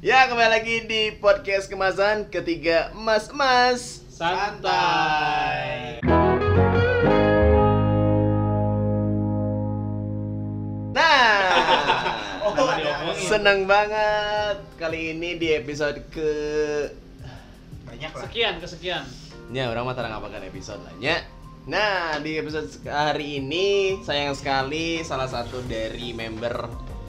Ya, kembali lagi di podcast kemasan ketiga Mas Santai. Nah, Diomongin. senang banget kali ini di episode banyak lah. Kesekian. Ya, orang mah tarang apakan episode lah nya. Nah, di episode hari ini sayang sekali salah satu dari member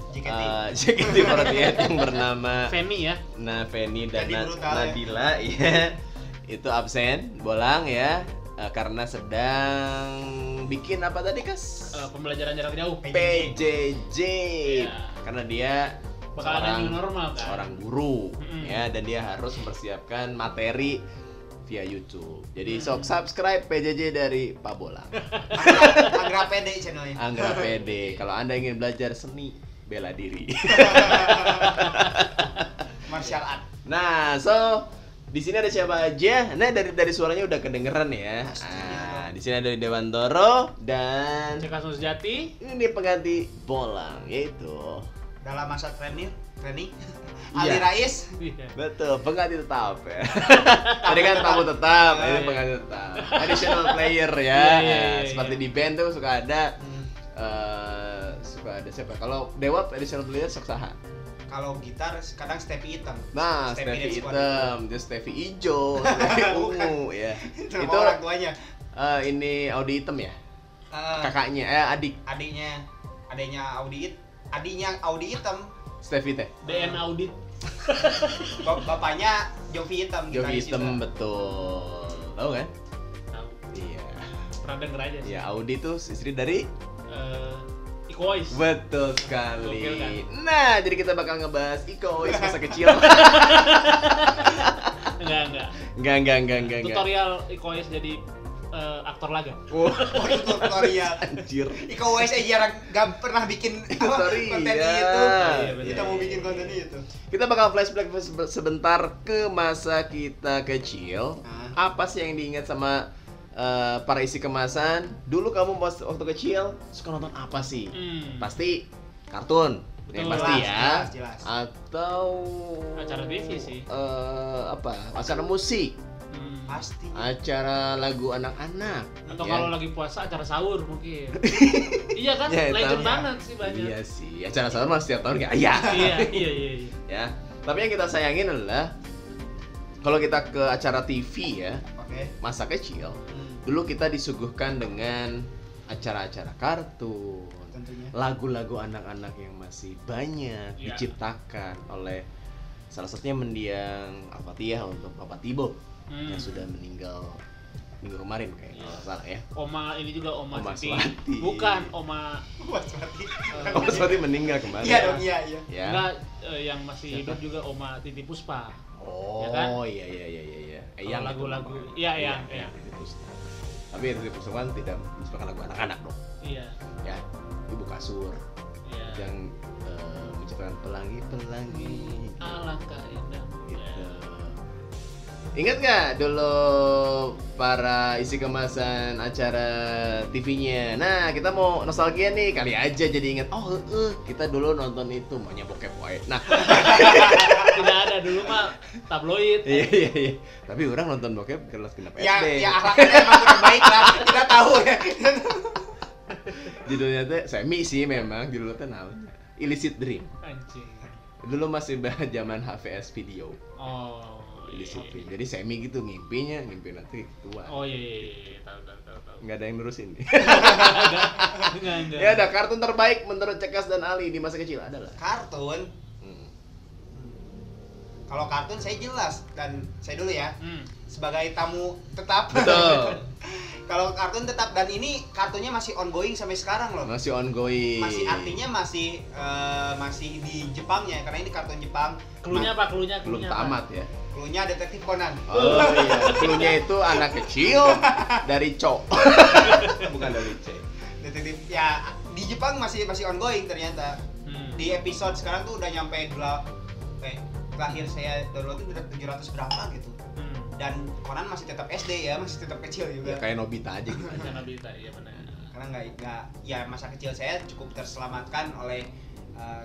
JKT48 yang bernama Femi ya. Feni dan Jadi brutal, Nadila ya. Itu absen, bolang ya, karena sedang bikin apa tadi, Kas? Pembelajaran jarak jauh. PJJ. Ya. Karena dia Bakal ada new normal kan. seorang guru Mm-mm. ya, dan dia harus mempersiapkan materi via YouTube. Jadi sok subscribe PJJ dari Pak Bolang. Anggra pede channelnya. Anggra PD. Kalau Anda ingin belajar seni bela diri. Martial art. Nah, so di sini ada siapa aja? Nah, dari suaranya udah kedengeran ya. Pastinya. Di sini ada Dewantoro dan Cek Kasus Jati. ini pengganti Bolang, yaitu Dalam masa training Iya. Ali Rais. betul, pengganti tetap ya. Tadi kan tamu tetap, Oh, ini iya. pengganti tetap. Additional player ya. Iya. Seperti di band tuh suka ada siapa? Kalau Dewa additional player sok saha. Kalau gitar kadang Stevie hitam. Nah, Stevie Stevie Dead Squad hitam, dia Stevie hijau, Stevie ungu ya. itu. Nama Itu orang tuanya. ini Audi hitam ya? Eh, Kakaknya, adik adiknya Audi hitam. Stevie teh. DN Audit. Bapaknya Jovi hitam. Jovi gitaris hitam, juga. betul. Tahu kan? Tahu. Iya. Pernah denger aja sih. Ya, Audi tuh istri dari Iko Uwais. betul sekali. Gokil kan? Nah, jadi kita bakal ngebahas Iko Uwais masa kecil. Enggak. Tutorial Iko Uwais jadi aktor laga. Wah, Tutorial. anjir. Iko Uwais jarang gak pernah bikin Tutorial. konten itu. Iya, bener. Kita mau bikin konten itu. Kita bakal flashback sebentar ke masa kita kecil. Apa sih yang diingat sama para isi kemasan? Dulu kamu waktu kecil suka nonton apa sih? Pasti kartun. Yang Betul. pasti ya. Jelas. Atau Acara TV sih. acara musik, Pasti. acara lagu anak-anak. Atau ya. kalau lagi puasa acara sahur mungkin. Iya kan? Ya, Legend tahu. banget sih banyak. Iya sih, acara sahur mas setiap tahun kayak iya. Iya. Ya. Tapi yang kita sayangin adalah kalau kita ke acara TV ya, Oke. masa kecil, dulu kita disuguhkan dengan acara-acara kartun, Tentunya. lagu-lagu anak-anak yang masih banyak Ya. diciptakan oleh salah satunya mendiang Al-Fatihah untuk Bapak Tibo yang sudah meninggal minggu kemarin kayaknya, kalau nggak salah ya. Oma ini juga Oma Oma Titi. Swati. Bukan Oma Mas mati. Om Swati meninggal kemarin. Iya dong, iya. Ya. enggak yang masih Siapa? hidup juga Oma Titi Puspa. Oh, Ya kan? iya. Kalau Yang lagu-lagu. itu, Iya, Eyang, Eyang. Eyang Titi Puspa. Tapi Titi Puspa kan tidak menciptakan lagu anak-anak dong. Iya. Ya, Ibu Kasur Iya. yang menciptakan pelangi-pelangi. Alangkah indah. Gitu. Ingat nggak dulu para isi kemasan acara TV-nya? Nah, kita mau nostalgia nih, kali aja jadi ingat. Oh, kita dulu nonton itu, maunya bokep wae. Nah, Tidak ada dulu mah tabloid. iya. Tapi orang nonton bokep kelas genap SD. Ya akhlaknya emang kurang baik lah. Kita tahu ya. Judulnya teh semi sih memang, judulnya teh naon? Illicit Dream. Anjing. Dulu masih zaman HVS video. Oh. Illicit Iya. Dream. Jadi semi gitu ngimpi nanti tua. Oh iya. Tahu. Nggak ada yang nerusin. Enggak. Ya ada kartun terbaik menurut Cekas dan Ali di masa kecil adalah. Kartun. Kalau kartun saya jelas, dan saya dulu ya sebagai tamu tetap. Betul. Kalau kartun tetap, dan ini kartunya masih ongoing sampai sekarang loh. Masih ongoing. Masih artinya masih di Jepangnya, karena ini kartun Jepang. Klunya apa? Klunya belum apa? tamat ya. Klunya Detektif Conan. Oh iya, klunya itu anak kecil dari Co. Bukan dari C. Detektif ya di Jepang masih ongoing ternyata. Di episode sekarang tuh udah nyampe terakhir saya download itu udah 700 berapa gitu. Dan Conan masih tetap SD ya, masih tetap kecil Ya juga. kayak Nobita aja gitu. Karena bisa, iya benar. Karena nggak ya masa kecil saya cukup terselamatkan oleh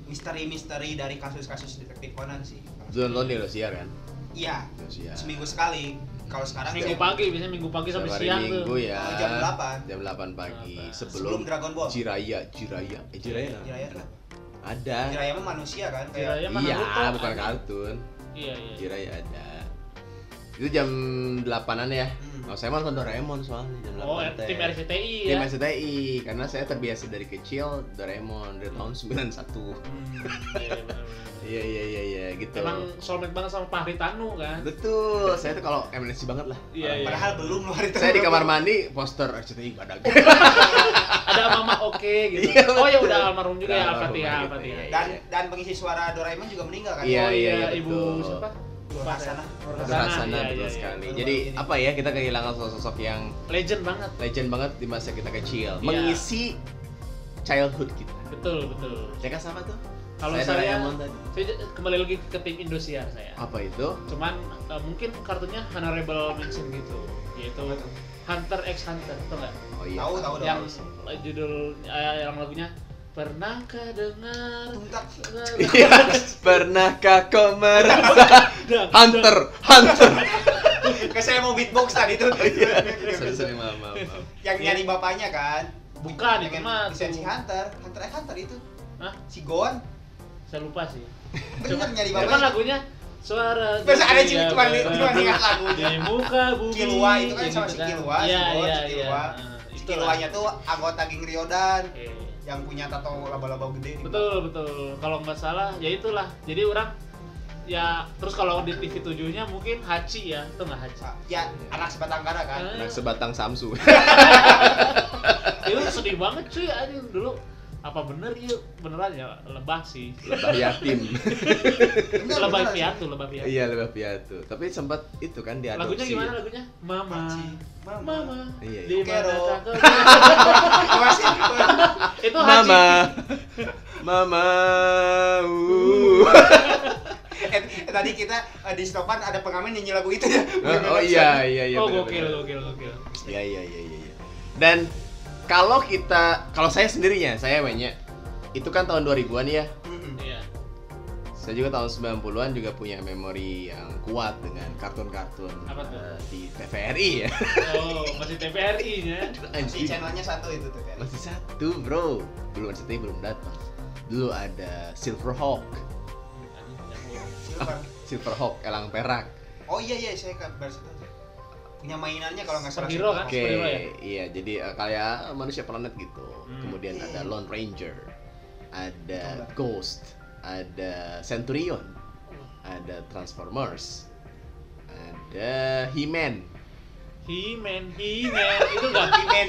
misteri-misteri dari kasus-kasus detektif Conan sih. Nonton di Indosiar kan? Iya. Indosiar. Seminggu sekali. Kalau sekarang Minggu pagi, biasanya minggu pagi sampai Setiap hari siang Minggu tuh. ya. Jam 8. Jam 8 pagi. Sebelum Dragon Ball. Jiraya. Jiraya kan? Ada. Jiraya mah manusia kan? Jiraya mah Iya, Naruto, bukan ada. kartun. Iya. Jiraya ada. Itu jam 8-an ya. Oh, saya mau nonton Doraemon soalnya jam 8. Oh, teh. tim RCTI ya. Tim RCTI karena saya terbiasa dari kecil Doraemon dari tahun 91. Iya, benar-benar. Iya gitu. Emang soulmate banget sama Fahri Tanu kan? Betul, saya tuh kalau MNC banget lah. Iya. Padahal belum loh hari itu. Saya di kamar mandi poster RCTI badak. Ada Mama Oke gitu. Iya, Oh ya betul. udah almarhum juga ya, Almarhum Al-Fatihah, gitu, Al-Fatihah. iya. Dan pengisi suara Doraemon juga meninggal kan? Iya, Oh iya, Ibu betul. siapa? Nur Hasanah. Nur Nur Hasanah, Hasanah, iya, betul iya, sekali. iya. Jadi apa ya, kita kehilangan sosok yang Legend banget. legend banget di masa kita kecil, Iya. mengisi childhood kita. Betul. Ya kan sama tuh? Kalau Saya saya Doraemon tadi. kembali lagi ke tim Indosiar saya. Apa itu? Cuman mungkin kartunya honorable mention gitu, yaitu Hunter x Hunter, tau nggak? Oh iya. Tahu Yang dong. judul yang lagunya Pernahkah dengar? Tungtak. Iya. Pernahkah kau merasa Hunter? Kayak saya mau beatbox tadi tuh. Sorry, maaf. Yang nyari bapaknya kan? Bukan, itu Pengen mah desain si tuh. Hunter x Hunter itu. Hah? Si Gon. Saya lupa sih. Bener nyari Cuman bapaknya. lagunya suara Biasa ada dunia cuma berada ingat lagunya. di muka bumi. Kilua itu kan sama gitu si Kilua, si Iya, Gon, iya, si Kilua. iya. Si Kiluanya tuh anggota geng Ryodan Oke. yang punya tato laba-laba gede. Betul. Kalau nggak salah, ya itulah. Jadi orang ya terus kalau di TV 7-nya mungkin Hachi ya, itu nggak Hachi. Ya anak sebatang kara kan. Anak sebatang Samsu. Itu sedih banget cuy, anjing dulu. Apa bener ya? Beneran ya lebah sih. Lebah yatim. Lebah piatu. Iya, lebah piatu. Tapi sempat itu kan diadopsi. Lagunya gimana lagunya? Mama. Hachi, Mama. Iya. Di mana Kero. cakep? Itu Hachi. Mama. Tadi kita di stopan ada pengamen nyanyi lagu itu ya. Oh iya. Oh bener-bener. gokil. Iya. Dan kalau saya sendirinya, saya mainnya itu kan tahun 2000-an ya. Iya. Saya juga tahun 90-an juga punya memori yang kuat dengan kartun-kartun Apa tuh? di TVRI ya. Oh, masih TVRI-nya. Si channelnya satu itu tuh kan. Masih satu, bro. Belum RCTI belum datang. Dulu ada Silverhawk. Silverhawk, elang perak. Oh iya saya kan baru satu. Punya mainannya kalau nggak salah. Superhero kan? Oke, Superhero ya? iya jadi kayak manusia planet gitu. Kemudian Iya. ada Lone Ranger, ada Ghost, ada Centurion, ada Transformers, ada He-Man. He-Man itu enggak He-Man.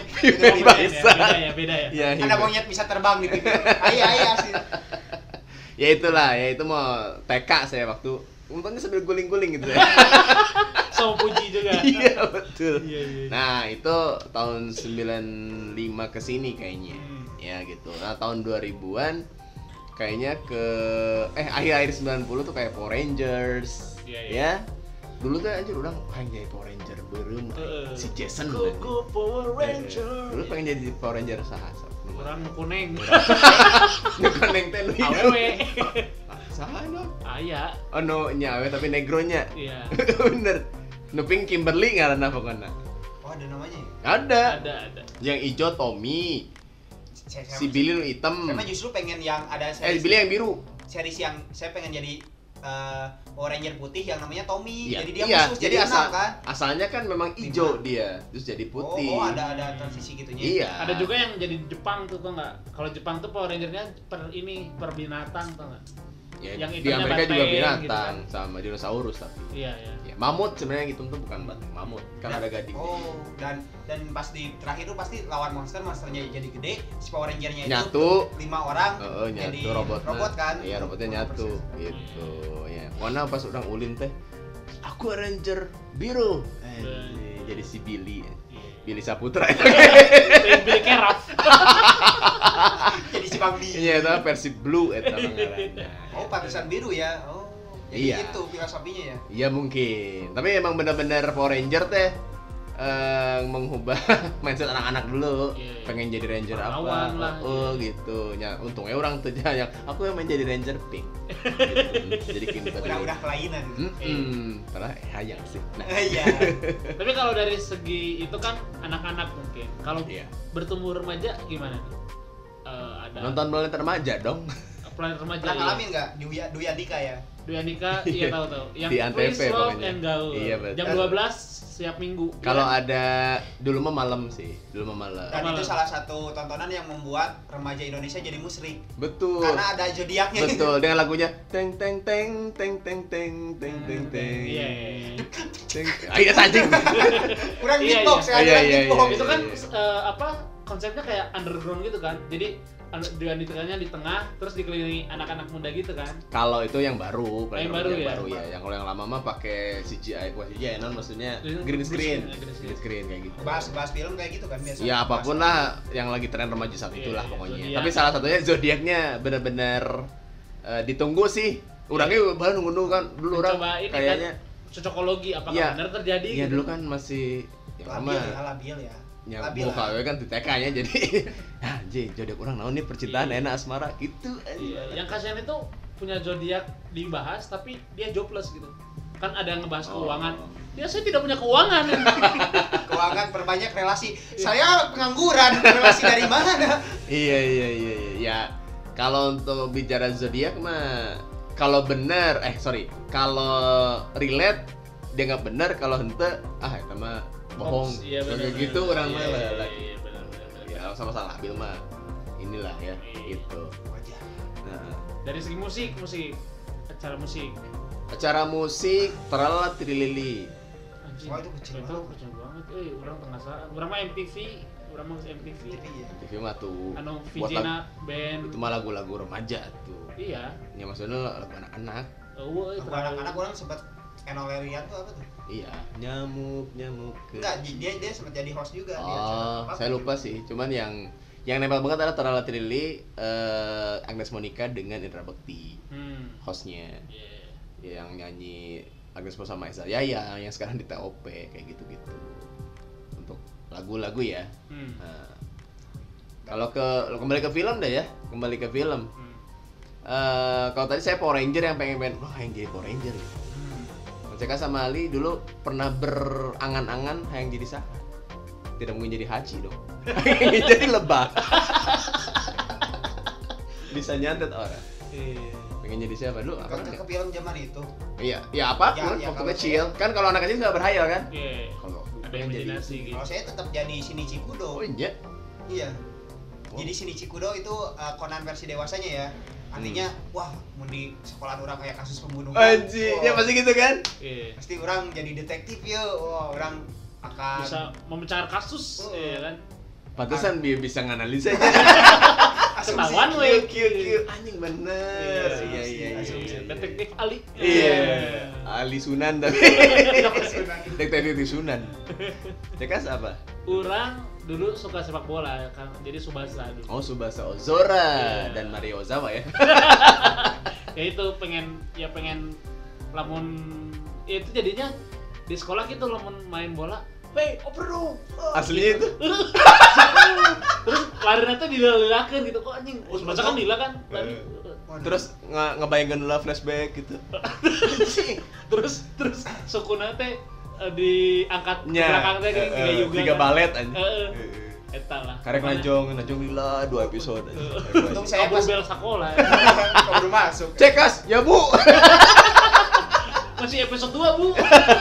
beda ya. Ya, Ada He-Man. monyet bisa terbang di pipi. Iya sih. Ya itulah, ya itu mau TK saya waktu untungnya sambil guling-guling gitu ya. Sama Puji juga. Iya betul. Iya. Nah itu tahun 95 ke sini kayaknya. Ya gitu. Nah tahun 2000-an kayaknya akhir-akhir 90 tuh kayak Power Rangers. Iya. Ya. Dulu tuh anjir orang pengen jadi Power Ranger berem. Si Jason. Go Power Ranger. Dulu pengen jadi Power Ranger saha. Orang kuning. Ngekoneng teh nu Awewe. Saha dong. Aya. Oh no nyawe tapi negronya. Iya. Bener. Nuping Kimberly ngaranna pokoknya. Oh ada namanya ya? Ada. Ada. Yang hijau Tommy. Si Billy nu hitam. Karena justru pengen yang ada series, Billy yang biru. series yang saya pengen jadi Power Ranger putih yang namanya Tommy. Iya. Jadi dia Iya, khusus jadi enam kan. asalnya kan memang hijau dia, terus jadi putih. Oh, ada transisi gitunya. Iya. Ada juga yang jadi Jepang tuh nggak? Kalau Jepang tuh Power Ranger-nya per binatang tuh nggak? Ya, yang di hitamnya Amerika juga banteng binatang gitu sama dinosaurus tapi. Iya. Ya, mamut sebenarnya gitu tuh bukan banteng mamut, kan ada gading. Oh, dan pas di terakhir tuh pasti lawan monsternya jadi gede, si Power Ranger-nya itu Nyatu. 5 orang Nyatu jadi robot kan. Iya, robotnya nyatu gitu. Ya. Warna pas udah ulin teh. Aku Ranger biru. Jadi si Billy. Billy Saputra. Billy Keraf. Jadi si Bang Bi. Iya, itu versi blue eta ngaranna. Oh, pantesan biru ya. Oh. Jadi Iya. itu filosofinya ya. Iya mungkin. Tapi emang benar-benar Power Ranger teh mengubah mindset anak-anak dulu, pengen jadi ranger Pahlawan apa, lah, gitu. Ya, untungnya orang tuh yang aku yang main jadi ranger pink, gitu. Jadi kini udah kelainan. Padahal hayang sih. Nah. Iya. Tapi kalau dari segi itu kan anak-anak mungkin. Kalau bertumbuh remaja gimana nih? Ada nonton Planet Remaja dong. Planet Remaja. Pernah ngalamin nggak Dwi Andika ya? Dwi Andika, iya tahu. Yang di Antv pokoknya. Iya, jam 12 setiap minggu. Kalau ada dulu mah malam sih, malam. Dan itu salah satu tontonan yang membuat remaja Indonesia jadi musyrik. Betul. Karena ada zodiaknya. Betul, dengan lagunya teng teng teng teng teng teng teng teng teng. Iya. Ayo anjing. Kurang beatbox ya, kurang beatbox. Itu kan konsepnya kayak underground gitu kan. Jadi dengan ditekannya di tengah, terus dikelilingi anak-anak muda gitu kan. Kalau itu yang baru, yang baru ya. Yang kalau yang lama mah pakai CGI, non maksudnya green screen kayak gitu. Bahas film kayak gitu kan biasa. Ya apapun lah yang lagi tren remaja saat itulah pokoknya. Zodiac. Tapi salah satunya zodiaknya benar-benar ditunggu sih. Orangnya baru nunggu kan dulu orang kayaknya cocokologi apakah benar terjadi. Iya gitu. Dulu kan masih labil ya. Ya, muka kan di TK-nya jadi zodiak orang naon nih percintaan enak asmara gitu. Yang kasihan itu punya zodiak dibahas tapi dia jobless gitu. Kan ada yang ngebahas keuangan. Ya saya tidak punya keuangan. Keuangan perbanyak relasi. Saya pengangguran, relasi dari mana? Iya. Ya, kalau untuk bicara zodiak mah kalau bener kalau relate dia nggak bener, kalau hente itu mah bohong. Kayak gitu orang mah lah. Iya, benar. Ya, sama-sama labil mah. Inilah ya, gitu. Nah, dari segi musik, acara musik Tralala Trilili. Anjing. Wah, itu kecil banget. Orang penasaran. Orang mah MTV. MTV mah tuh. Vijena band. Itu mah lagu-lagu remaja tuh. Iya. Ya maksudnya lagu anak-anak. Lagu anak-anak orang sempat Enolerian tuh apa tuh? Iya, nyamuk. Enggak, dia sempat jadi host juga saya lupa sih. Cuman yang nempel banget adalah Tralala Trilili, Agnes Monica dengan Indra Bekti. Hostnya. Yang nyanyi Agnes Mo sama Esa Yaya yang sekarang di TOP kayak gitu-gitu. Untuk lagu-lagu ya. Nah, kalau kembali ke film deh ya. Kalau tadi saya Power Ranger yang pengen yang jadi Power Ranger ya. Ceka sama Ali dulu pernah berangan-angan yang jadi siapa? Tidak mungkin jadi Haji dong. Jadi lebah. Bisa nyantet orang. Pengen jadi siapa dulu? Ke film zaman itu. Iya, apa? Waktu kecil. Kan kalau anak kecil nggak berhayal kan? Iya. Kalau ada imajinasi gitu. Kalau saya tetap jadi Shinichi Kudo. Oh iya. Iya. Jadi Shinichi Kudo itu Conan versi dewasanya ya. Artinya, wah, mau di sekolah orang kayak kasus pembunuhan. Anjir, ya pasti gitu kan? Iya. Pasti orang jadi detektif ya. Wah, orang akan bisa memecahkan kasus, ya kan? Pantesan bisa nganalisa aja. Ketahuan we. Anjing bener. Iya. Detektif Ali. Iya. Ali Sunan tapi. Detektif Sunan. Cekas apa? Orang dulu suka sepak bola kan, jadi Tsubasa dulu. Oh, Tsubasa Ozora dan Mario Ozawa ya. Ya itu pengen lamun itu jadinya di sekolah gitu lamun main bola. Hey, oper dong. Aslinya itu. Terus larinya tuh dilalakan gitu. Kok anjing? Tsubasa kan lila kan. Terus ngebayangkan lah flashback gitu. terus sukuna teh diangkat ke belakang teh kayak juga. Tiga balet anjing. Eta lah. Karek najong lila 2 episode. Untung saya pas bel sekolah. Baru masuk. Cekas, ya Bu. Masih episode 2, Bu.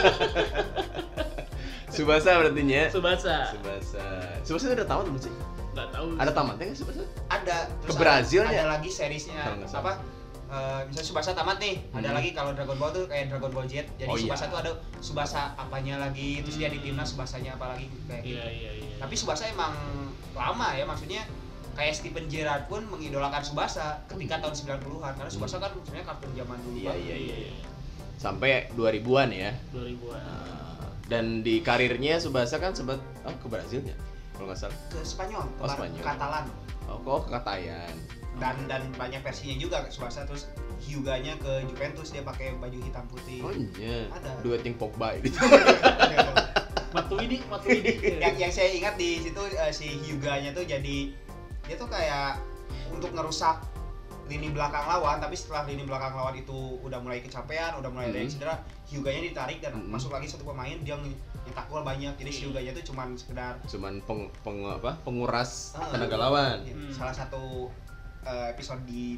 Tsubasa berarti nya. Tsubasa Udah tamat belum sih? Enggak tahu. Ada tamatnya enggak Tsubasa? Ada. Ke Brazil ya? Ada lagi seriesnya apa? Misalnya Tsubasa tamat nih, ada lagi kalau Dragon Ball tuh kayak Dragon Ball Z. Jadi Tsubasa tuh ada Tsubasa apanya lagi, terus dia di timnas Tsubasanya apa lagi kayak gitu. Iya. Tapi Tsubasa emang lama ya, maksudnya kayak Steven Gerrard pun mengidolakan Tsubasa ketika tahun 90-an karena Tsubasa kan sebenarnya kartun zaman dulu. Iya. Sampai 2000-an ya. 2000-an. Dan di karirnya Tsubasa kan sempat ke Brazil ya kalau nggak salah. Ke Spanyol, ke Katalan. Ke Katayan. Dan banyak versinya juga Tsubasa, terus Hyuganya ke Juventus dia pakai baju hitam putih. Oh iya. Ada. Duet yang Pogba itu. Matuidi. Yang saya ingat di situ si Hyuga-nya tuh jadi dia tuh kayak untuk ngerusak lini belakang lawan, tapi setelah lini belakang lawan itu udah mulai kecapean, udah mulai ada yang cedera, Hyuga-nya ditarik dan masuk lagi satu pemain, dia nyetak gol banyak. Jadi si Hyuga-nya tuh cuman penguras tenaga lawan. Salah satu episode di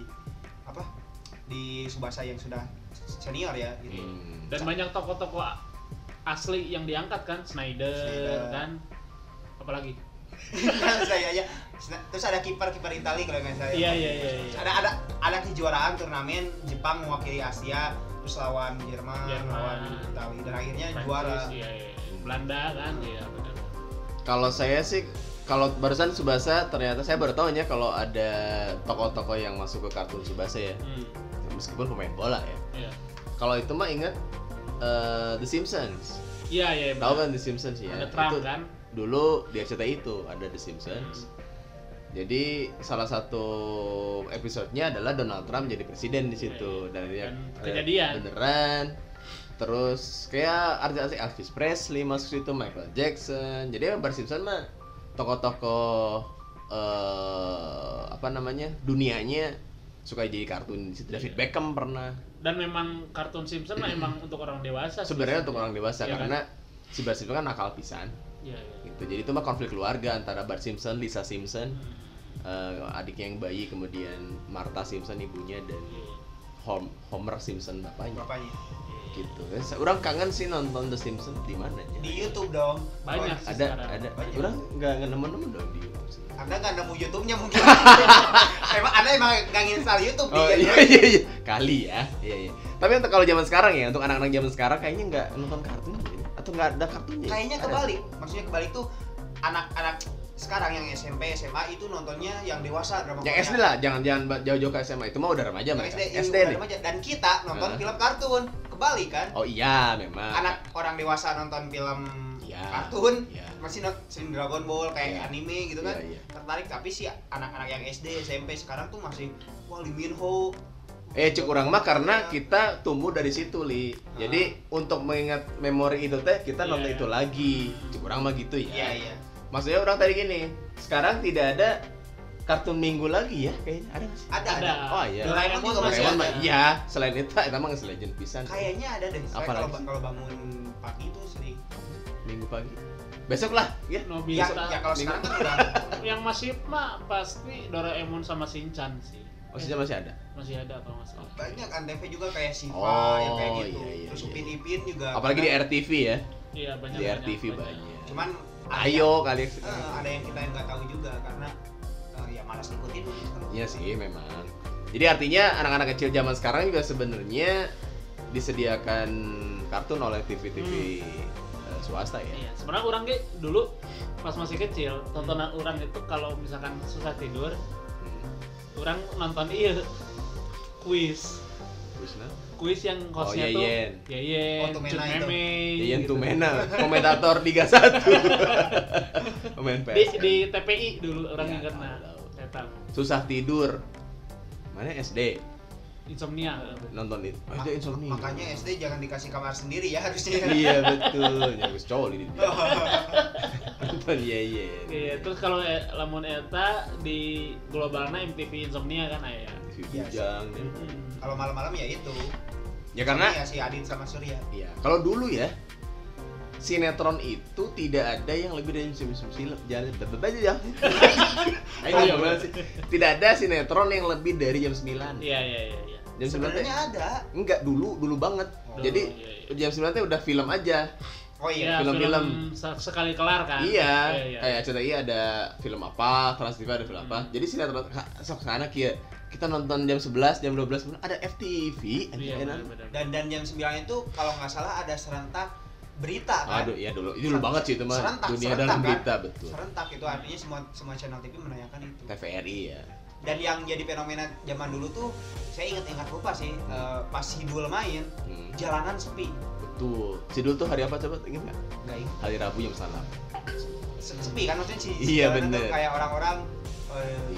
Tsubasa yang sudah senior ya gitu. Dan banyak tokoh-tokoh asli yang diangkat kan, Snyder. Kan apalagi saya aja. Terus ada kiper Italia kalau nggak salah. Iya. Ada kejuaraan turnamen Jepang mewakili Asia, terus lawan Jerman. Lawan Italia dan akhirnya juara. Iya. Belanda kan, iya benar. Kalau saya sih, kalau barusan Tsubasa ternyata saya baru tahu ya kalau ada tokoh-tokoh yang masuk ke kartun Tsubasa ya. Meskipun pemain bola ya. Iya. Kalau itu mah ingat The Simpsons. Iya. Tahu kan The Simpsons ya? Ada Trump itu, kan? Dulu di RCTI itu ada The Simpsons. Jadi salah satu episodenya adalah Donald Trump jadi presiden di situ dan kejadian beneran. Terus kayak artis Elvis Presley masuk situ, Michael Jackson. Jadi Bart Simpson mah tokoh-tokoh dunianya suka jadi kartun. David Beckham pernah. Dan memang kartun Simpson mah emang untuk orang dewasa. Sebenarnya untuk orang dewasa ya, karena si Bart Simpson kan nakal pisan. Iya. Gitu. Jadi itu mah konflik keluarga antara Bart Simpson, Lisa Simpson, adiknya yang bayi, kemudian Martha Simpson ibunya dan Homer Simpson bapaknya. Gitu. Orang kangen sih nonton The Simpsons di mana ya? Di YouTube dong. Banyak sih ada. Orang enggak nemu dong di YouTube. Anda nggak nemu YouTube-nya mungkin. Anda emang nggak nginstal YouTube. Iya. Kali ya. Iya. Tapi untuk kalau zaman sekarang ya, untuk anak-anak zaman sekarang kayaknya nggak nonton kartun atau nggak ada kartunnya. Kayaknya kebalik. Maksudnya kebalik tuh anak-anak sekarang yang SMP, SMA itu nontonnya yang dewasa drama. Yang SD lah, jangan jauh-jauh ke SMA, itu mah udah remaja mereka. SD remaja. Dan kita nonton film kartun. Kebalik kan? Oh iya, memang. Anak orang dewasa nonton film kartun, masih nonton Dragon Ball kayak anime gitu kan. Tertarik, tapi si anak-anak yang SD, SMP sekarang tuh masih Lee Min Ho. Cuk urang mah karena kita tumbuh dari situ, Li. Jadi untuk mengingat memori itu teh kita nonton itu lagi. Cuk urang mah gitu ya. Iya. Maksudnya orang tadi gini, sekarang tidak ada kartun minggu lagi ya kayaknya, ada nggak sih? Ada. Oh iya. Doraemon juga masih ada. Iya, selain itu emang legend pisan. Kayaknya ada deh. Kalau bangun pagi itu sering. Minggu pagi. Besok lah, ya. Ya kalau sekarang kan udah. Yang masih mah pasti Doraemon sama Shinchan sih. Oh, Shinchan masih ada? Masih ada kalau nggak salah. Banyak Antv juga kayak Shiva yang kayak gitu. Iya. Terus Upin Ipin juga. Apalagi di RTV ya. Iya, banyak. Di RTV banyak. Cuman ayo kali. Ada yang kita nggak tahu juga karena ya malas ngikutin. Iya sih memang. Jadi artinya anak-anak kecil zaman sekarang juga sebenarnya disediakan kartun oleh TV-TV swasta ya. Iya, sebenarnya orang dulu pas masih kecil, tontonan orang itu kalau misalkan susah tidur, orang nonton kuis yang hostnya tuh Yeyen, Yeyen Tumena, komentator Liga 1. Pemain PS. Di TPI dulu orang ingatna. Susah tidur. Mana SD? Insomnia nonton itu. Insomnia. Makanya SD jangan dikasih kamar sendiri ya harusnya. Iya betul. Jangan cowok ini. Nonton Yeyen. Iya, terus kalau lamun eta di globalna MTV Insomnia kan aya. Bujang. Kalau malam-malam ya itu. Ya karena si Adit sama Surya. Iya. Kalau dulu ya sinetron itu tidak ada yang lebih dari jam 9. Jangan tetep aja ya. Ayo sih. Tidak ada sinetron yang lebih dari jam 9. Iya. Jam 9 sebenarnya ada. Enggak, dulu banget. Jadi jam 9 teh udah film aja. Oh iya, film sekali kelar kan. Iya. Kayak CTI ada film apa, Trans TV ada film apa. Jadi sinetron sana kita nonton jam 11, jam 12 ada FTV. Dan jam 9 itu kalau nggak salah ada serentak berita kan. Aduh, iya dulu banget sih itu mah. Dunia dalam berita, betul. Serentak itu artinya semua channel TV menayangkan itu. TVRI ya. Dan yang jadi fenomena zaman dulu tuh saya ingat lupa sih pas Sidul main jalanan sepi. Betul. Sidul tuh hari apa coba ingat nggak? Nggak ingat. Hari Rabu jam 9. Sepi kan maksudnya iya bener. Kayak orang-orang di rumah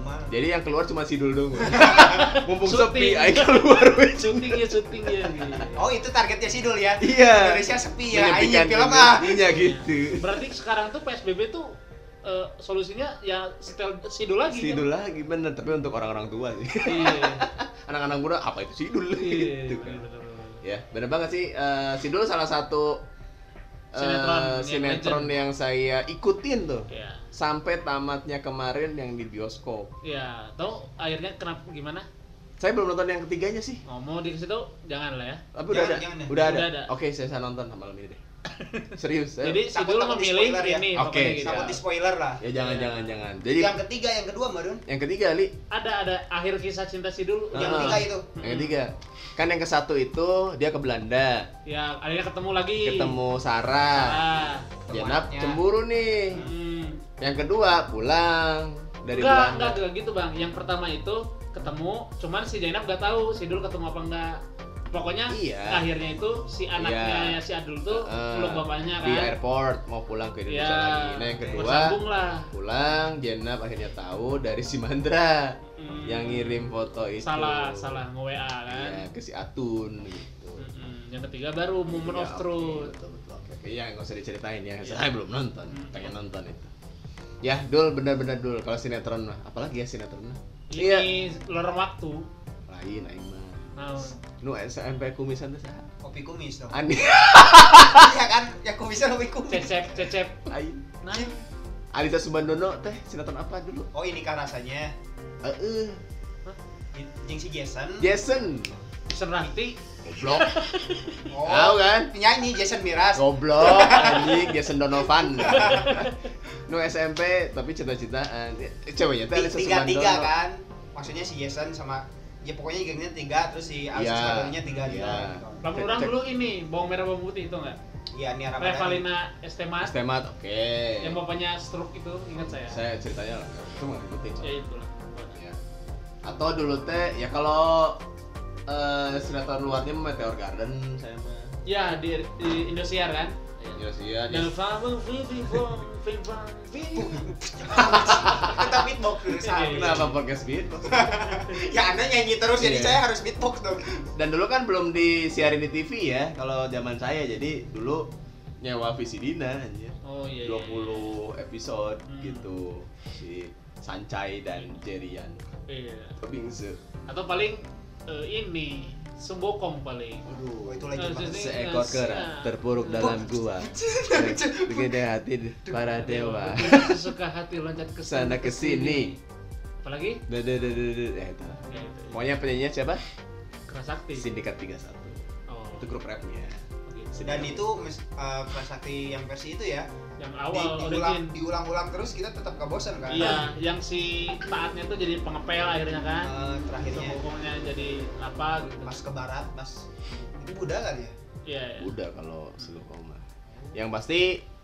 mah. Jadi yang keluar cuma Sidul dong. Mumpung Syuting. sepi, aing keluar we. syuting ya. Oh, itu targetnya Sidul ya. Iya. Indonesia sepi ya, aing Menyepikan film Indonesia gitu. Berarti sekarang tuh PSBB tuh solusinya ya setel Sidul lagi. Sidul lagi bener, tapi untuk orang-orang tua sih. Iya. Anak-anak muda apa itu Sidul Iya, gitu kan. bener. Ya, bener banget sih. Sidul salah satu sinetron yang saya ikutin tuh. Iya. Sampai tamatnya kemarin yang di bioskop. Iya, tahu akhirnya kenapa gimana? Saya belum nonton yang ketiganya sih. Ngomong di situ jangan lah ya. Tapi udah ada. Jangan. Udah ada. Udah ada. Oke, saya nonton malam ini deh. Serius. Jadi takut Sidul memilih di-spoiler ya. ini Oke, pokoknya gitu. Takut di spoiler lah. Ya jangan. Jadi Yang ketiga, yang kedua, Mbak Dun. yang ketiga, Li. Ada akhir kisah cinta Sidul. Yang Ah. ketiga itu. Yang ketiga. Kan yang ke satu itu dia ke Belanda, Ya, akhirnya ketemu lagi. ketemu Sarah. Ah. Jenab Temannya. cemburu nih. Yang kedua pulang dari Belanda. Enggak gitu Bang. Yang pertama itu ketemu, cuman si Zainab nggak tahu Sidul ketemu apa enggak. Pokoknya Iya. akhirnya itu si anaknya Iya. si Adul tuh peluk bapaknya kan. Di airport mau pulang ke Indonesia Iya. lagi. Nah yang kedua Bersambung lah. pulang, Jenab akhirnya tahu dari si Mandra yang ngirim foto itu. Salah nge-WA kan. Ya, ke si Atun gitu. Yang ketiga baru Moment Ya, of oke, Truth. betul. Oke, ya nggak usah diceritain ya. Iya. Saya belum nonton, pengen nonton itu. Ya, Dul, benar-benar Dul. Kalau sinetron mah, apalagi ya sinetron mah? Ini lorong waktu. Lain aing mah. Nah, Nu SMP kumisan teh saha? Kopi kumis dong. Andi. Iya kan? Ya kumisnya kopi kumis. cecep. Lain. Nah, Alisa Subandono teh sinetron apa dulu? Oh, ini kan rasanya. Jeung si Jason. Jason. Senranti. Goblok. Oh, Tahu kan? penyanyi Jason Miraz. Goblok anjing Jason Donovan. Nu SMP tapi cita-citaan. Ceweknya teh Alisa Subandono. Tiga kan? Maksudnya si Jason sama ya pokoknya gengnya 3 terus si Alisa Iya. Subandono-nya 3 gitu. Iya. Lamun orang dulu ini bawang merah bawang putih itu enggak? Iya, Nia Ramadhani. Revalina Estemat Estemat, oke. yang bapaknya stroke itu ingat saya. Saya ceritanya itu nggak ngikutin. Ya itulah. Ya. Atau dulu teh ya kalau sinetron luarnya Meteor Garden saya mah. Ya di Indosiar kan? Ya sih ya. Delva Kita beatbox dulu saat. Kenapa podcast beatbox? Ya Anda nyanyi terus jadi Iya. saya harus beatbox dong. Dan dulu kan belum disiarin di TV ya kalau zaman saya. Jadi dulu nyewa VCD-na anjir. Oh iya. 20 episode gitu. Si Sancai dan Jerian. Iya. Bingse. Atau paling ini Sumbokong paling. Aduh, itu legend banget. Seekor kera terpuruk dalam gua. Begede hati para dewa. Suka hati loncat ke Sana kesini. Apalagi? Itu. Ya, itu. Pokoknya penyanyinya siapa? Kerasakti. Sindikat 31. Oh. Itu grup rapnya. Gitu. Dan itu Prasakti yang versi itu ya. Yang awal origin. diulang-ulang terus kita tetap gak bosan kan? Iya, yang si taatnya tuh jadi pengepel akhirnya kan. Terakhirnya Sumbokongnya jadi apa gitu. pas ke barat, pas itu Buddha kali ya? Iya, iya. Udah kalau Sumbokong mah. Yang pasti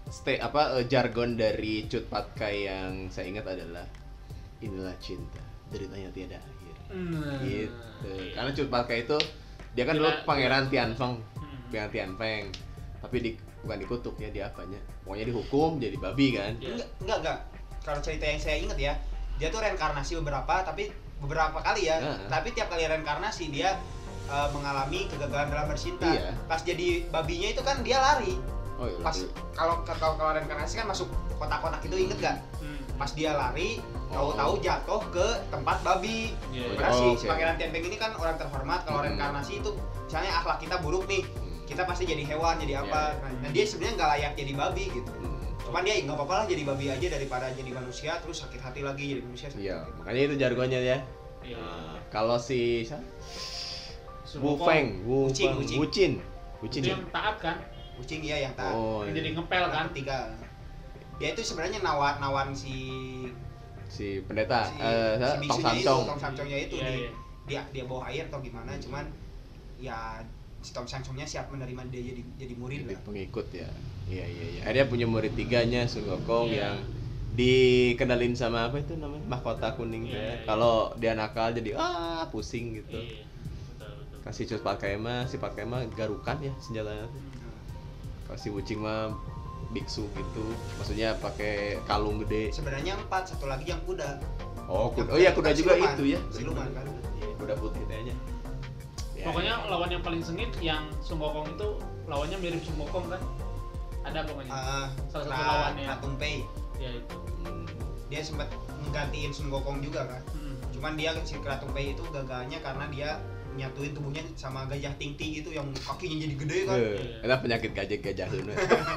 jargon dari Cut Patkai yang saya ingat adalah inilah cinta, deritanya tiada akhir. Gitu. Karena Cut Patkai itu dia kan dulu pangeran Tianfeng. Pangeran Tianfeng. Tapi bukan dikutuk ya, dia apanya? Pokoknya dihukum jadi babi kan. Iya. Enggak. Kalau cerita yang saya ingat ya, dia tuh reinkarnasi beberapa kali ya. Tapi tiap kali reinkarnasi dia mengalami kegagalan dalam bercinta. Iya. Pas jadi babinya itu kan dia lari. Oh iya. Pas kalau reinkarnasi kan masuk kotak-kotak itu, inget gak? Pas dia lari, tahu-tahu jatuh ke tempat babi. Iya. Karena si Oke. Pangeran Tianfeng ini kan orang terhormat. Kalau reinkarnasi itu misalnya akhlak kita buruk nih, kita pasti jadi hewan, jadi apa. Nah dia sebenarnya nggak layak jadi babi gitu. Cuman dia nggak apa-apa lah jadi babi aja daripada jadi manusia terus sakit hati lagi jadi manusia. Iya, makanya itu jargonnya ya. Iya. Kalau si Wu Sumbokong. Feng, Wucin. Wucin Itu ya? yang taat kan? Kucing ya yang taat. Oh, Yang iya. jadi ngepel kan? Ketiga. Dia itu sebenarnya nawan si Si pendeta, si Tong biksunya itu, Samsong. Tong Samsongnya itu Iya, iya. dia bawa air atau gimana, cuman ya si Tong Samsongnya siap menerima dia jadi murid Jadi lah. pengikut ya. Iya. Akhirnya punya murid tiganya Sunggokong Iya. yang dikenalin sama apa itu namanya? Mahkota kuning. Iya. Kalau dia nakal jadi pusing gitu. Iya. Betul. Kasih Cut Patkai mah, si Patkai mah garukan ya senjatanya. Kasih Wucing mah biksu gitu. Maksudnya pakai kalung gede. Sebenarnya 4, satu lagi yang kuda. Oh iya kuda juga siluman. itu ya. Siluman kan. Iya, kuda putih kayaknya. Ya, Pokoknya ya. lawan yang paling sengit yang Sun Gokong itu lawannya mirip Sun Gokong kan? Ada pokoknya. Salah satu lawannya. Ratumpei. Ya itu. Dia sempat menggantiin Sun Gokong juga kan. Cuman dia si Ratumpei itu gagalnya karena dia nyatuin tubuhnya sama gajah Ting-Ting itu yang kakinya jadi gede kan. Itu penyakit gajah dulu.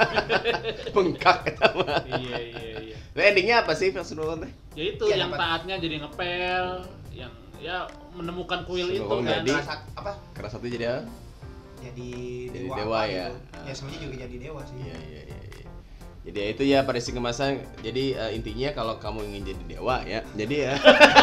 Bengkak eta mah. Iya. Nah, endingnya apa sih Sun Gokong teh? Ya itu Ya, yang dapat. taatnya jadi ngepel, yang ya menemukan kuil Sun itu Gokong kan. jadi apa? Keras hati jadi apa? Jadi dewa apa ya. gitu. Ya sebenarnya juga jadi dewa sih. Iya. Jadi ya itu ya pada isi kemasan. Jadi intinya kalau kamu ingin jadi dewa ya. Jadi ya.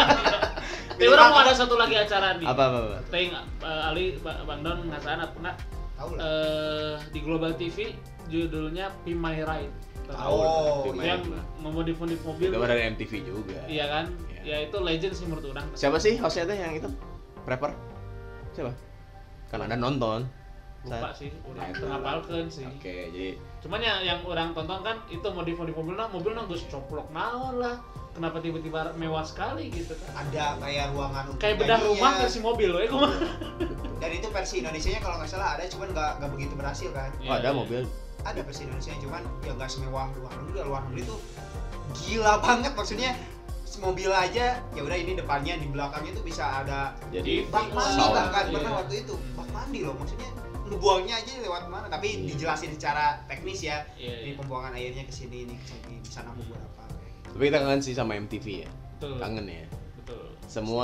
Tapi orang mau ada satu lagi acara nih. apa? Ting Ali Bang Don ngasahan apa enggak? Tahu lah. Di Global TV judulnya Be My Ride. Oh, Be My Yang Ride. memodif mobil. Itu mah dari MTV juga. Iya kan? Iya. Ya itu legend sih menurut orang. Siapa sih hostnya teh yang itu? Rapper? Siapa? Kan ada nonton. Lupa sih, Nah, orang itu. ngapalkeun sih. Oke, jadi Cuman yang orang tonton kan itu modif mobilnya geus coplok naon lah. Kenapa tiba-tiba mewah sekali gitu kan? Ada kayak ruangan untuk Kayak bedah nyanyinya. rumah versi mobil we kumaha. Dan itu versi Indonesianya kalau nggak salah ada, cuman nggak begitu berhasil kan. oh, ada mobil. Ada versi Indonesia cuman ya nggak semewah luar negeri. Luar negeri tuh gila banget, maksudnya mobil aja ya udah ini depannya, di belakangnya tuh bisa ada Jadi bak mandi sound. bahkan Iya. pernah waktu itu bak mandi loh, maksudnya ngebuangnya aja lewat mana, tapi Iya. dijelasin secara teknis ya. Iya, Ini iya. pembuangan airnya ke sini, ini ke sini, bisa nambah buat apa kayak gitu. Tapi kita kangen sih sama MTV ya. Betul. Kangen ya. Betul. Semua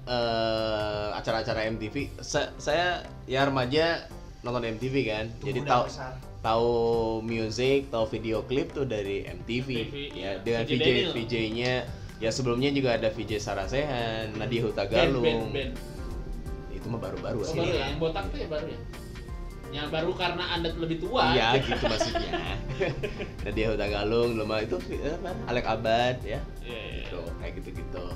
acara-acara MTV. Saya ya remaja nonton MTV kan. Jadi Tumbuh dan tahu besar. tahu music, tahu video klip tuh dari MTV. Ya, dengan VJ Daniel. VJ-nya ya sebelumnya juga ada VJ Sarasehan, Nadia Hutagalung. Band. Itu mah baru-baru Oh, sih. baru ya? Yang botak tuh ya baru ya? Yang baru karena Anda lebih tua. Iya gitu maksudnya. Nadia Hutagalung, dulu mah itu apa? Alek Abad ya. Iya. Gitu, kayak gitu-gitu.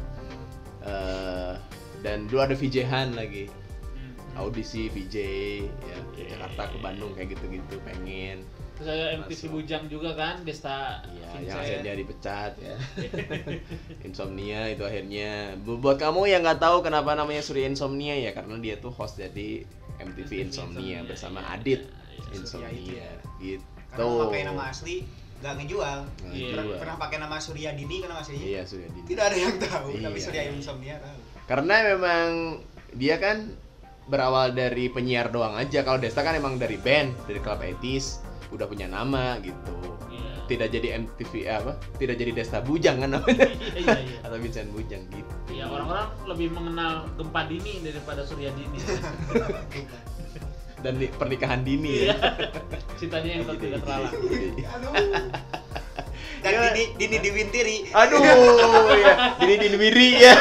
Dan dulu ada VJ Han lagi. Audisi VJ ya ke Jakarta ke Bandung kayak gitu-gitu pengen. Terus ada MTV Masuk. Bujang juga kan, Desta Iya, yang Vincent. akhirnya dipecat ya. Insomnia itu akhirnya. Buat kamu yang nggak tahu kenapa namanya Surya Insomnia ya, karena dia tuh host dari MTV Insomnia bersama iya, Adit iya, Insomnia gitu. Karena memakai nama asli nggak ngejual. Nggak Iya. jual. Pernah pakai nama Surya Dini kan nama aslinya? Iya, Surya Dini. Tidak ada yang tahu, tapi Iya. Surya Insomnia tahu. Karena memang dia kan berawal dari penyiar doang aja. Kalau Desta kan emang dari band, dari Club 80s, udah punya nama gitu. Iya. Tidak jadi MTV apa? Tidak jadi Desta Bujang kan namanya. Iya. Atau Vincent Bujang gitu. Ya orang-orang lebih mengenal Gempa Dini daripada Surya Dini. Dan pernikahan dini ya. Iya. Cintanya yang tidak terlalang. Aduh. Dan Ya. Dini Diwintiri. Aduh, ya. Dini Dinwiri ya.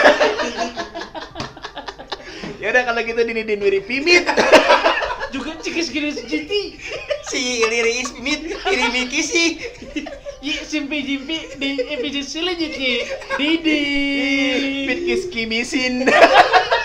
Ya udah kalau gitu Dini Dinwiri pimit. Juga cikis gini sejiti. Si Iliri Ismit, Irimi Kisi. Yi simpi jimpi di episode selanjutnya. Didi. Pit kis kimisin.